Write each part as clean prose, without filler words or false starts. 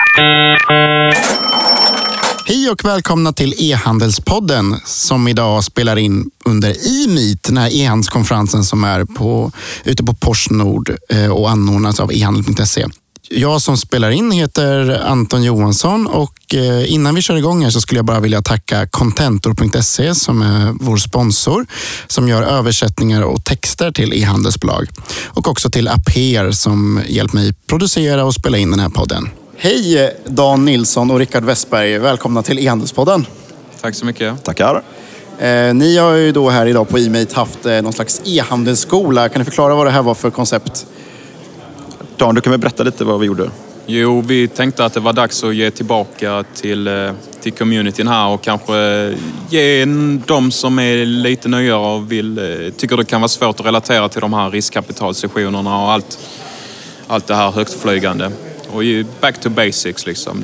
Hej och välkomna till e-handelspodden som idag spelar in under e-meet, den här e-handelskonferensen som är ute på PostNord och anordnas av e-handel.se. Jag som spelar in heter Anton Johansson och innan vi kör igång här så skulle jag bara vilja tacka Contentor.se som är vår sponsor som gör översättningar och texter till e-handelsbolag. Och också till Aper som hjälpt mig producera och spela in den här podden. Hej Dan Nilsson och Rickard Westberg, välkomna till e-handelspodden. Tack så mycket. Tackar. Ni har ju då här idag på e-meet haft någon slags e-handelsskola. Kan ni förklara vad det här var för koncept? Dan, du kan väl berätta lite vad vi gjorde? Jo, vi tänkte att det var dags att ge tillbaka till communityn här och kanske ge de som är lite nyare och tycker det kan vara svårt att relatera till de här riskkapitalsessionerna och allt det här högtflygande. Och back to basics liksom.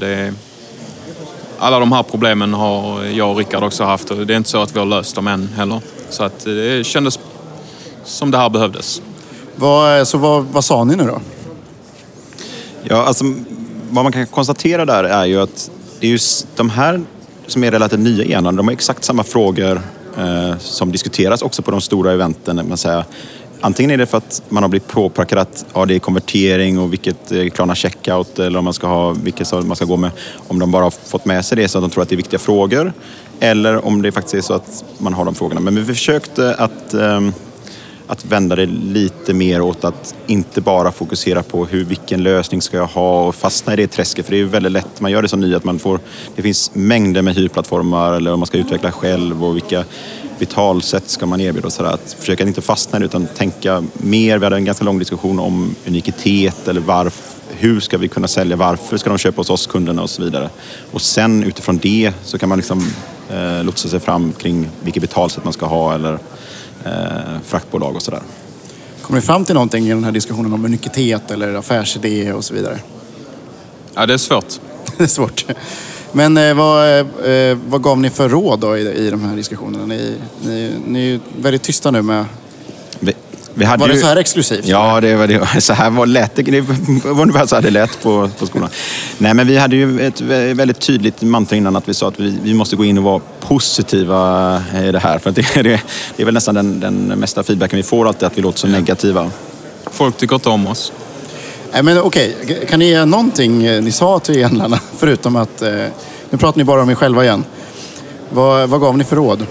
Alla de här problemen har jag och Rickard också haft och det är inte så att vi har löst dem än heller. Så att det kändes som det här behövdes. Vad sa ni nu då? Ja, alltså vad man kan konstatera där är ju att det är just de här som är relativt nya enande, de har exakt samma frågor som diskuteras också på de stora eventen. Man säger, antingen är det för att man har blivit påpackad att det är konvertering och vilket Klarna checkout eller om man ska ha vilket man ska gå med. Om de bara har fått med sig det så att de tror att det är viktiga frågor eller om det faktiskt är så att man har de frågorna. Men vi försökte att vända det lite mer åt att inte bara fokusera på vilken lösning ska jag ha och fastna i det träsket. För det är väldigt lätt, man gör det så ny att det finns mängder med hyrplattformar eller om man ska utveckla själv och vilka betalsätt ska man erbjuda och sådär. Att försöka inte fastna i det utan tänka mer. Vi hade en ganska lång diskussion om unikitet eller hur ska vi kunna sälja, varför ska de köpa hos oss kunderna och så vidare. Och sen utifrån det så kan man liksom lotsa sig fram kring vilket betalsätt man ska ha eller fraktbolag och sådär. Kommer ni fram till någonting i den här diskussionen om unikitet eller affärsidé och så vidare? Ja, det är svårt. Det är svårt. Men vad gav ni för råd då i de här diskussionerna? Ni är ju väldigt tysta nu med... Var det så här exklusivt? Ja, det var det. Så här var lätt. Det var ungefär så här det lät på skolan. Nej, men vi hade ju ett väldigt tydligt mantra innan att vi sa att vi måste gå in och vara positiva i det här. För att det är väl nästan den mesta feedbacken vi får alltid, att vi låter så negativa. Folk tycker inte om oss. Nej, men okej. Kan ni ge någonting ni sa till enlarna? Förutom att... Nu pratar ni bara om er själva igen. Vad gav ni för råd?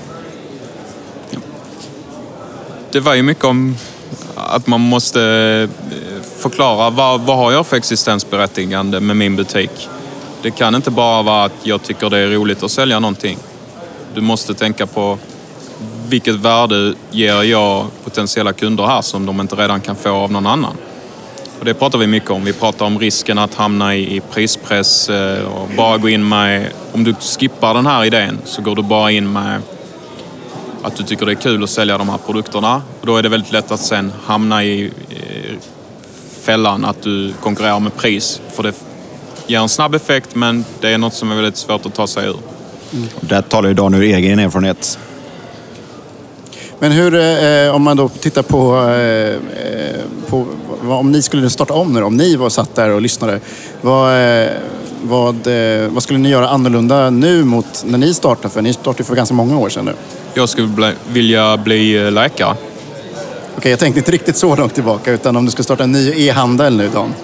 Det var ju mycket om att man måste förklara vad har jag för existensberättigande med min butik. Det kan inte bara vara att jag tycker det är roligt att sälja någonting. Du måste tänka på vilket värde ger jag potentiella kunder här som de inte redan kan få av någon annan. Och det pratar vi mycket om. Vi pratar om risken att hamna i prispress och bara gå in med... Om du skippar den här idén så går du bara in med att du tycker det är kul att sälja de här produkterna. Och då är det väldigt lätt att sen hamna i fällan att du konkurrerar med pris. För det ger en snabb effekt men det är något som är väldigt svårt att ta sig ur. Där talar ju Dan ur egen erfarenhet. Men hur, om man då tittar på om ni skulle starta om nu, om ni var satt där och lyssnade, vad skulle ni göra annorlunda nu mot när ni startade? För ni startade för ganska många år sedan nu. Jag skulle vilja bli läkare. Okej, jag tänkte inte riktigt så långt tillbaka, utan om du ska starta en ny e-handel nu, Dan.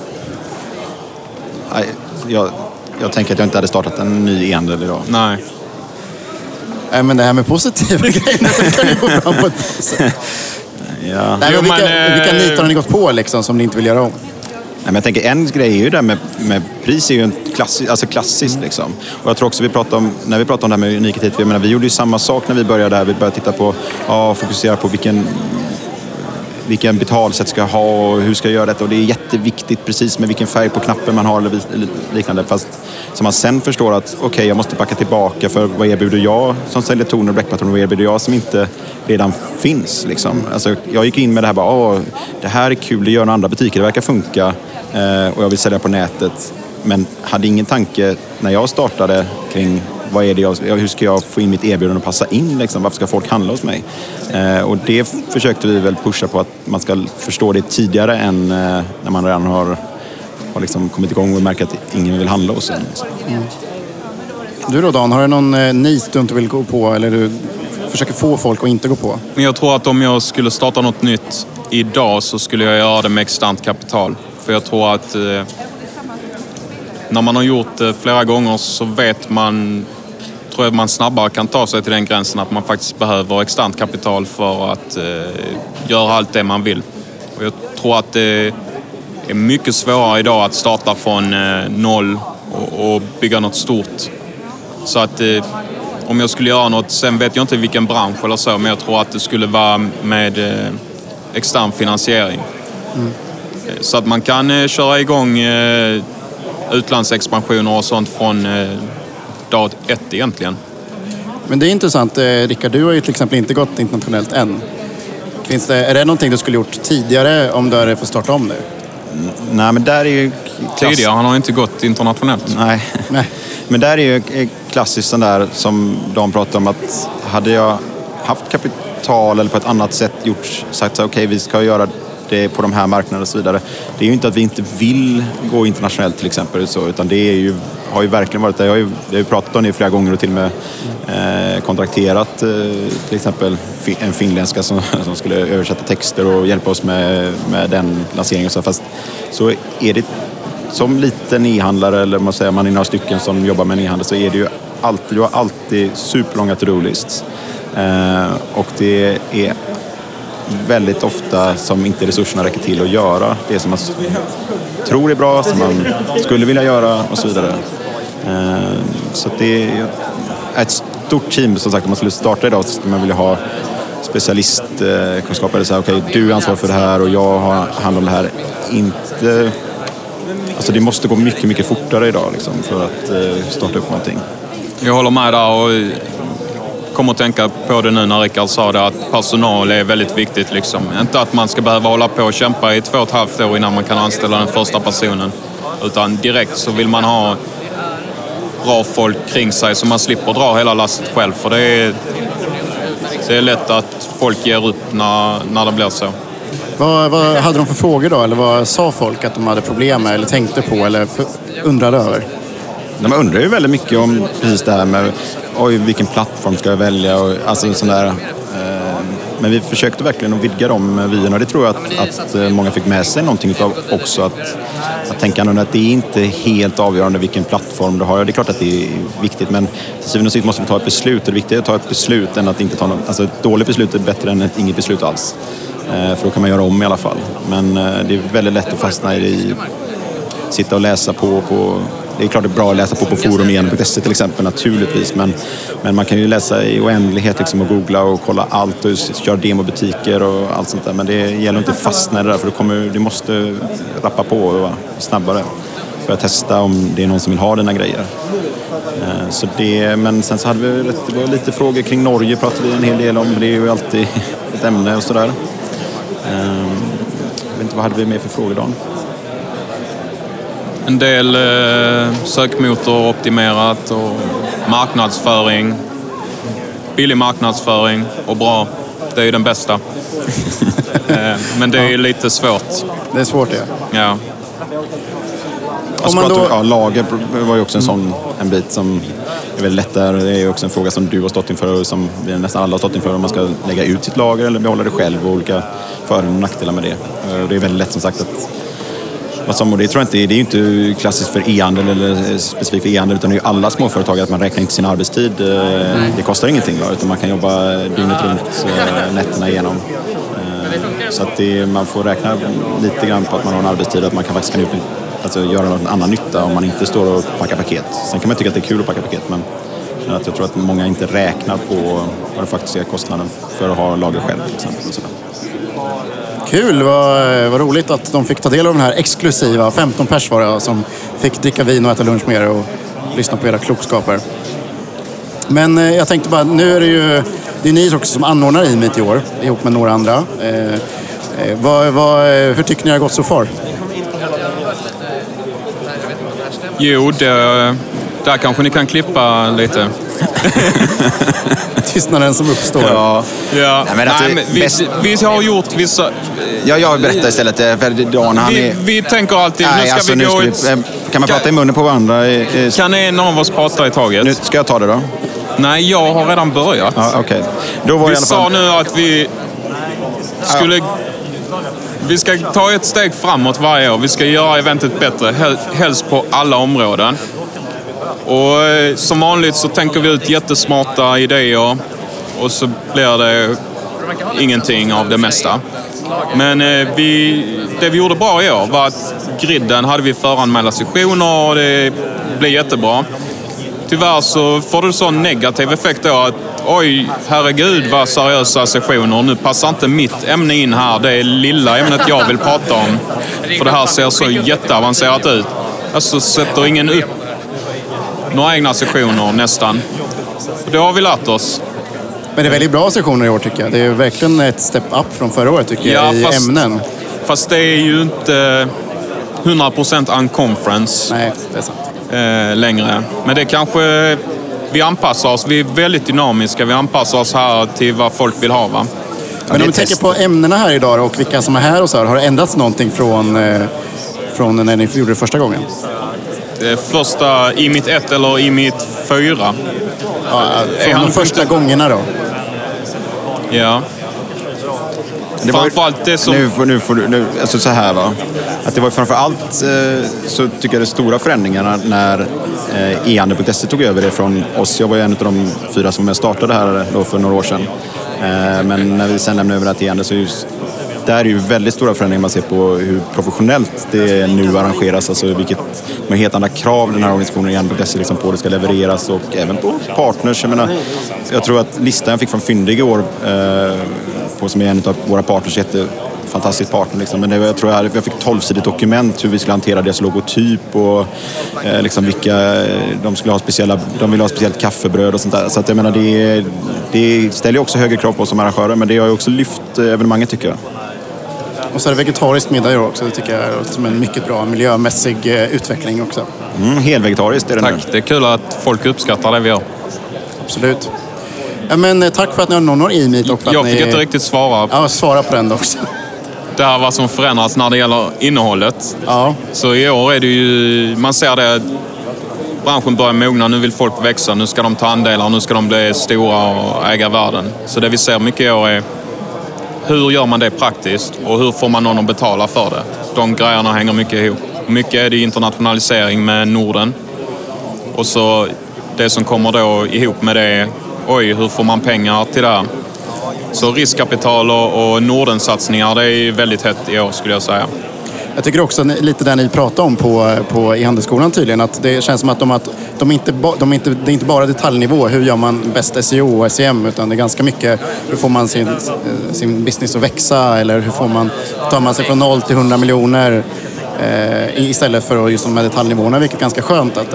Nej, jag tänker att jag inte hade startat en ny e-handel idag. Nej. Men det här med positiva grejer kan ni få fram på ett sätt. Ja. Nej, men vilka nitar har ni gått på liksom, som ni inte vill göra om? Nej, men jag tänker en grej är ju det med pris är ju en klassiskt liksom. Och jag tror också när vi pratar om det här med unikitet, vi gjorde ju samma sak när vi började där. Vi började titta på fokusera på vilken betalsätt ska jag ha och hur ska jag göra detta. Och det är jätteviktigt precis med vilken färg på knappen man har eller liknande. Fast som man sen förstår att okej, jag måste backa tillbaka för vad erbjuder jag som säljer toner och bläckpatroner, vad erbjuder jag som inte redan finns liksom. Alltså, jag gick in med det här det här är kul, det gör några andra butiker, det verkar funka och jag vill sälja på nätet. Men hade ingen tanke när jag startade kring vad är det hur ska jag få in mitt erbjudande och passa in liksom? Varför ska folk handla hos mig? Och det försökte vi väl pusha på att man ska förstå det tidigare än när man redan har har liksom kommit igång och märker att ingen vill handla hos en. Du då Dan, har du någon nit du inte vill gå på eller du försöker få folk att inte gå på? Men jag tror att om jag skulle starta något nytt idag så skulle jag göra det med externt kapital. För jag tror att när man har gjort det flera gånger så tror jag man snabbare kan ta sig till den gränsen att man faktiskt behöver externt kapital för att göra allt det man vill. Och jag tror att det är mycket svårare idag att starta från noll och bygga något stort. Så att om jag skulle göra något, sen vet jag inte vilken bransch eller så, men jag tror att det skulle vara med extern finansiering. Så att man kan köra igång utlandsexpansioner och sånt från dag 1 egentligen. Men det är intressant. Rickard, du har ju till exempel inte gått internationellt än. Är det någonting du skulle gjort tidigare om du hade fått starta om nu? Nej, men där är ju... Tidigare, han har inte gått internationellt. Nej. Men där är ju klassiskt sån där som de pratar om att hade jag haft kapital eller på ett annat sätt sagt så okej, vi ska göra det på de här marknaderna och så vidare. Det är ju inte att vi inte vill gå internationellt till exempel så, utan det är ju, har ju verkligen varit det. Jag har ju pratat om det flera gånger och till och med kontrakterat till exempel en finländska som skulle översätta texter och hjälpa oss med den lanseringen. Fast så är det som liten e-handlare eller man säger man är några stycken som jobbar med en e-handel så är det ju alltid, du har alltid superlånga to-do-lists. Och det är väldigt ofta som inte resurserna räcker till att göra det som man tror är bra, som man skulle vilja göra och så vidare. Så det är ett stort team som sagt om man skulle starta idag så skulle man vilja ha specialistkunskaper eller så här, okej, du är ansvarig för det här och jag har hand om det här. Inte... Alltså det måste gå mycket, mycket fortare idag liksom, för att starta upp någonting. Jag håller med där och kommer att tänka på det nu när Rickard sa det att personal är väldigt viktigt. Liksom. Inte att man ska behöva hålla på och kämpa i 2,5 år innan man kan anställa den första personen. Utan direkt så vill man ha bra folk kring sig så man slipper dra hela lastet själv. För det är lätt att folk ger upp när det blir så. Vad hade de för frågor då? Eller vad sa folk att de hade problem med eller tänkte på eller undrade över? Man undrar ju väldigt mycket om precis det här med vilken plattform ska jag välja och alltså sån där. Men vi försökte verkligen att vidga de vyerna och det tror jag att många fick med sig någonting utav också att tänka att det är inte helt avgörande vilken plattform du har. Det är klart att det är viktigt men till syvende och sist måste vi ta ett beslut. Det är viktigt att ta ett beslut än att inte ta något. Alltså ett dåligt beslut är bättre än ett inget beslut alls. För då kan man göra om i alla fall. Men det är väldigt lätt att fastna i sitta och läsa på. Det är klart det är bra att läsa på forum igen.se till exempel naturligtvis. Men man kan ju läsa i oändlighet liksom, och googla och kolla allt och köra demobutiker och allt sånt där. Men det gäller inte att fastna i det där för du måste rappa på och vara snabbare. För att testa om det är någon som vill ha dina grejer. Men sen så hade vi det var lite frågor kring Norge pratade vi en hel del om. Det är ju alltid ett ämne och sådär. Jag vet inte, vad hade vi med för frågor då? En del sökmotor optimerat och marknadsföring. Billig marknadsföring och bra. Det är ju den bästa. Men det är lite svårt. Det är svårt, ja. Lager var ju också en bit som är väldigt lätt där. Det är ju också en fråga som du har stått inför och som vi nästan alla har stått inför om man ska lägga ut sitt lager eller behålla det själv och olika för- och nackdelar med det. Det är väldigt lätt som sagt att och det tror jag inte, det är ju inte klassiskt för e-handel eller specifikt för e-handel utan det är ju alla småföretagare att man räknar inte sin arbetstid. Det kostar ingenting då, utan man kan jobba dygnet runt nätterna igenom. Så att man får räkna lite grann på att man har en arbetstid att man kan faktiskt göra någon annan nytta om man inte står och packar paket. Sen kan man tycka att det är kul att packa paket men att jag tror att många inte räknar på vad den faktiska kostnaden för att ha lager själv till exempel. Och sådär. Kul, vad roligt att de fick ta del av den här exklusiva 15 pers var det, som fick dricka vin och äta lunch med er och lyssna på era klokskaper. Men jag tänkte bara, nu är det är ni också som anordnar e-meet i år ihop med några andra. Hur tycker ni det har gått så far? Jo, där kanske ni kan klippa lite. Tystnaden som uppstår. Ja. Ja. Nej, men alltså, vi har gjort vissa... Ja, jag berättar istället. För Dan, han är... Vi tänker alltid, Nej, kan man prata i munnen på varandra? Kan en av oss prata i taget? Nu ska jag ta det då. Nej, jag har redan börjat. Ja, okej. Då var Vi i alla fall... sa nu att vi skulle... Vi ska ta ett steg framåt varje år. Vi ska göra eventet bättre, helst på alla områden. Och som vanligt så tänker vi ut jättesmarta idéer och så blir det ingenting av det mesta. Men det vi gjorde bra i år var att griden hade vi föranmälda sessioner och det blev jättebra. Tyvärr så får du sån negativ effekt då att oj, herregud vad seriösa sessioner. Nu passar inte mitt ämne in här. Det är lilla ämnet jag vill prata om. För det här ser så jätteavancerat ut. Alltså sätter ingen upp några egna sessioner nästan. Och det har vi lärt oss. Men det är väldigt bra sessioner i år tycker jag. Det är verkligen ett step up från förra året tycker jag i ämnen. Fast det är ju inte 100% unconference. Nej, det är sant. Längre. Men det kanske... Vi anpassar oss. Vi är väldigt dynamiska. Vi anpassar oss här till vad folk vill ha, va? Men om vi tänker på ämnena här idag och vilka som är här och så här, har det ändrats någonting från när ni gjorde det första gången? Första i mitt 1 eller i mitt 4? Ja, från de första gångerna då? Ja. Det var framförallt det som... Nu, alltså så här va. Att det var framförallt så tycker jag det stora förändringarna när e-handel.se tog över det från oss. Jag var ju en av de 4 som startade här då för några år sedan. Men när vi sen lämnade över det till e-handel så är just, där är ju väldigt stora förändringar man ser på hur professionellt det nu arrangeras. Alltså med helt andra krav den här organisationen e-handel.se liksom på det ska levereras och även på partners. Jag tror att listan jag fick från Fyndig i år som är en av våra partners, jättefantastisk partner liksom. Men jag tror jag fick 12-sidigt dokument hur vi skulle hantera deras logotyp och liksom vilka de skulle ha de vill ha speciellt kaffebröd och sånt där. Så att jag menar det ställer ju också högre krav på oss som arrangörer, men det har ju också lyft evenemanget tycker jag. Och så är det vegetarisk middag också, det tycker jag är som en mycket bra miljömässig utveckling också. Helt vegetariskt är det. Tack, nu. det är kul att folk uppskattar det vi gör. Absolut. Ja, men tack för att ni har någon i mig. Jag fick inte riktigt svara. Ja, svara på den också. Det här vad som förändras när det gäller innehållet. Ja. Så i år är det ju, man ser det, branschen börjar mogna, nu vill folk växa, nu ska de ta andelar, nu ska de bli stora och äga världen. Så det vi ser mycket i år är hur gör man det praktiskt och hur får man någon att betala för det. De grejerna hänger mycket ihop. Mycket är det internationalisering med Norden. Och så det som kommer då ihop med det, hur får man pengar till det? Så riskkapital och Nordensatsningar, det är väldigt hett i år skulle jag säga. Jag tycker också lite där ni pratar om på e-handelsskolan tydligen, att det känns som att det är inte bara detaljnivå, hur gör man bäst SEO och SEM, utan det är ganska mycket hur får man sin business att växa, eller hur tar man sig från 0 till 100 miljoner istället för just de här detaljnivåerna, vilket är ganska skönt att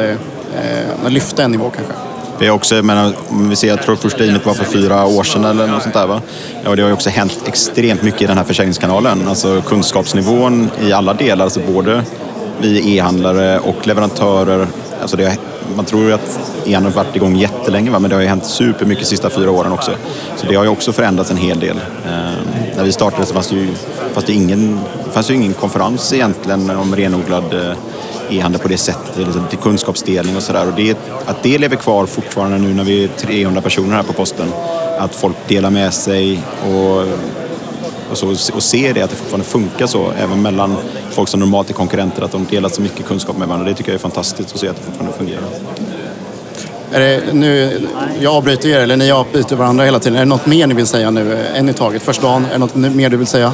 lyfta en nivå kanske. Det är också, om vi ser, jag tror första innet var för 4 år sedan eller något sånt där va? Ja, det har ju också hänt extremt mycket i den här försäljningskanalen. Alltså kunskapsnivån i alla delar, alltså både vi e-handlare och leverantörer. Alltså man tror ju att e-handeln har varit igång jättelänge va? Men det har ju hänt supermycket de sista 4 åren också. Så det har ju också förändrats en hel del. När vi startade så fanns det ju ingen konferens egentligen om renodlad e-handel på det sättet, till kunskapsdelning och sådär. Och att det lever kvar fortfarande nu när vi är 300 personer här på posten. Att folk delar med sig och ser det, att det fortfarande funkar så. Även mellan folk som normalt är konkurrenter, att de delar så mycket kunskap med varandra. Det tycker jag är fantastiskt att se att det fortfarande fungerar. Är det nu, jag avbryter er, eller ni avbryter varandra hela tiden. Är det något mer ni vill säga nu? En i taget. Först Dan, är det något mer du vill säga?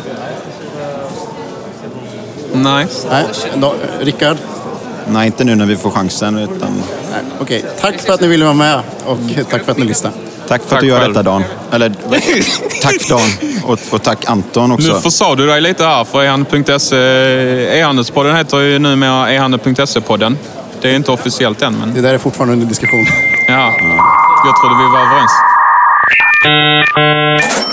Nej. Rickard? Nej, inte nu när vi får chansen. Utan... Okej. Tack för att ni ville vara med och tack för att ni lyssnade. Tack för att du gör detta, Dan. Eller, tack Dan och tack Anton också. Nu försade du dig lite här för e-handel.se. E-handelspodden heter ju numera e-handel.se-podden. Det är inte officiellt än, men... Det där är fortfarande under diskussion. Ja, jag trodde vi var överens.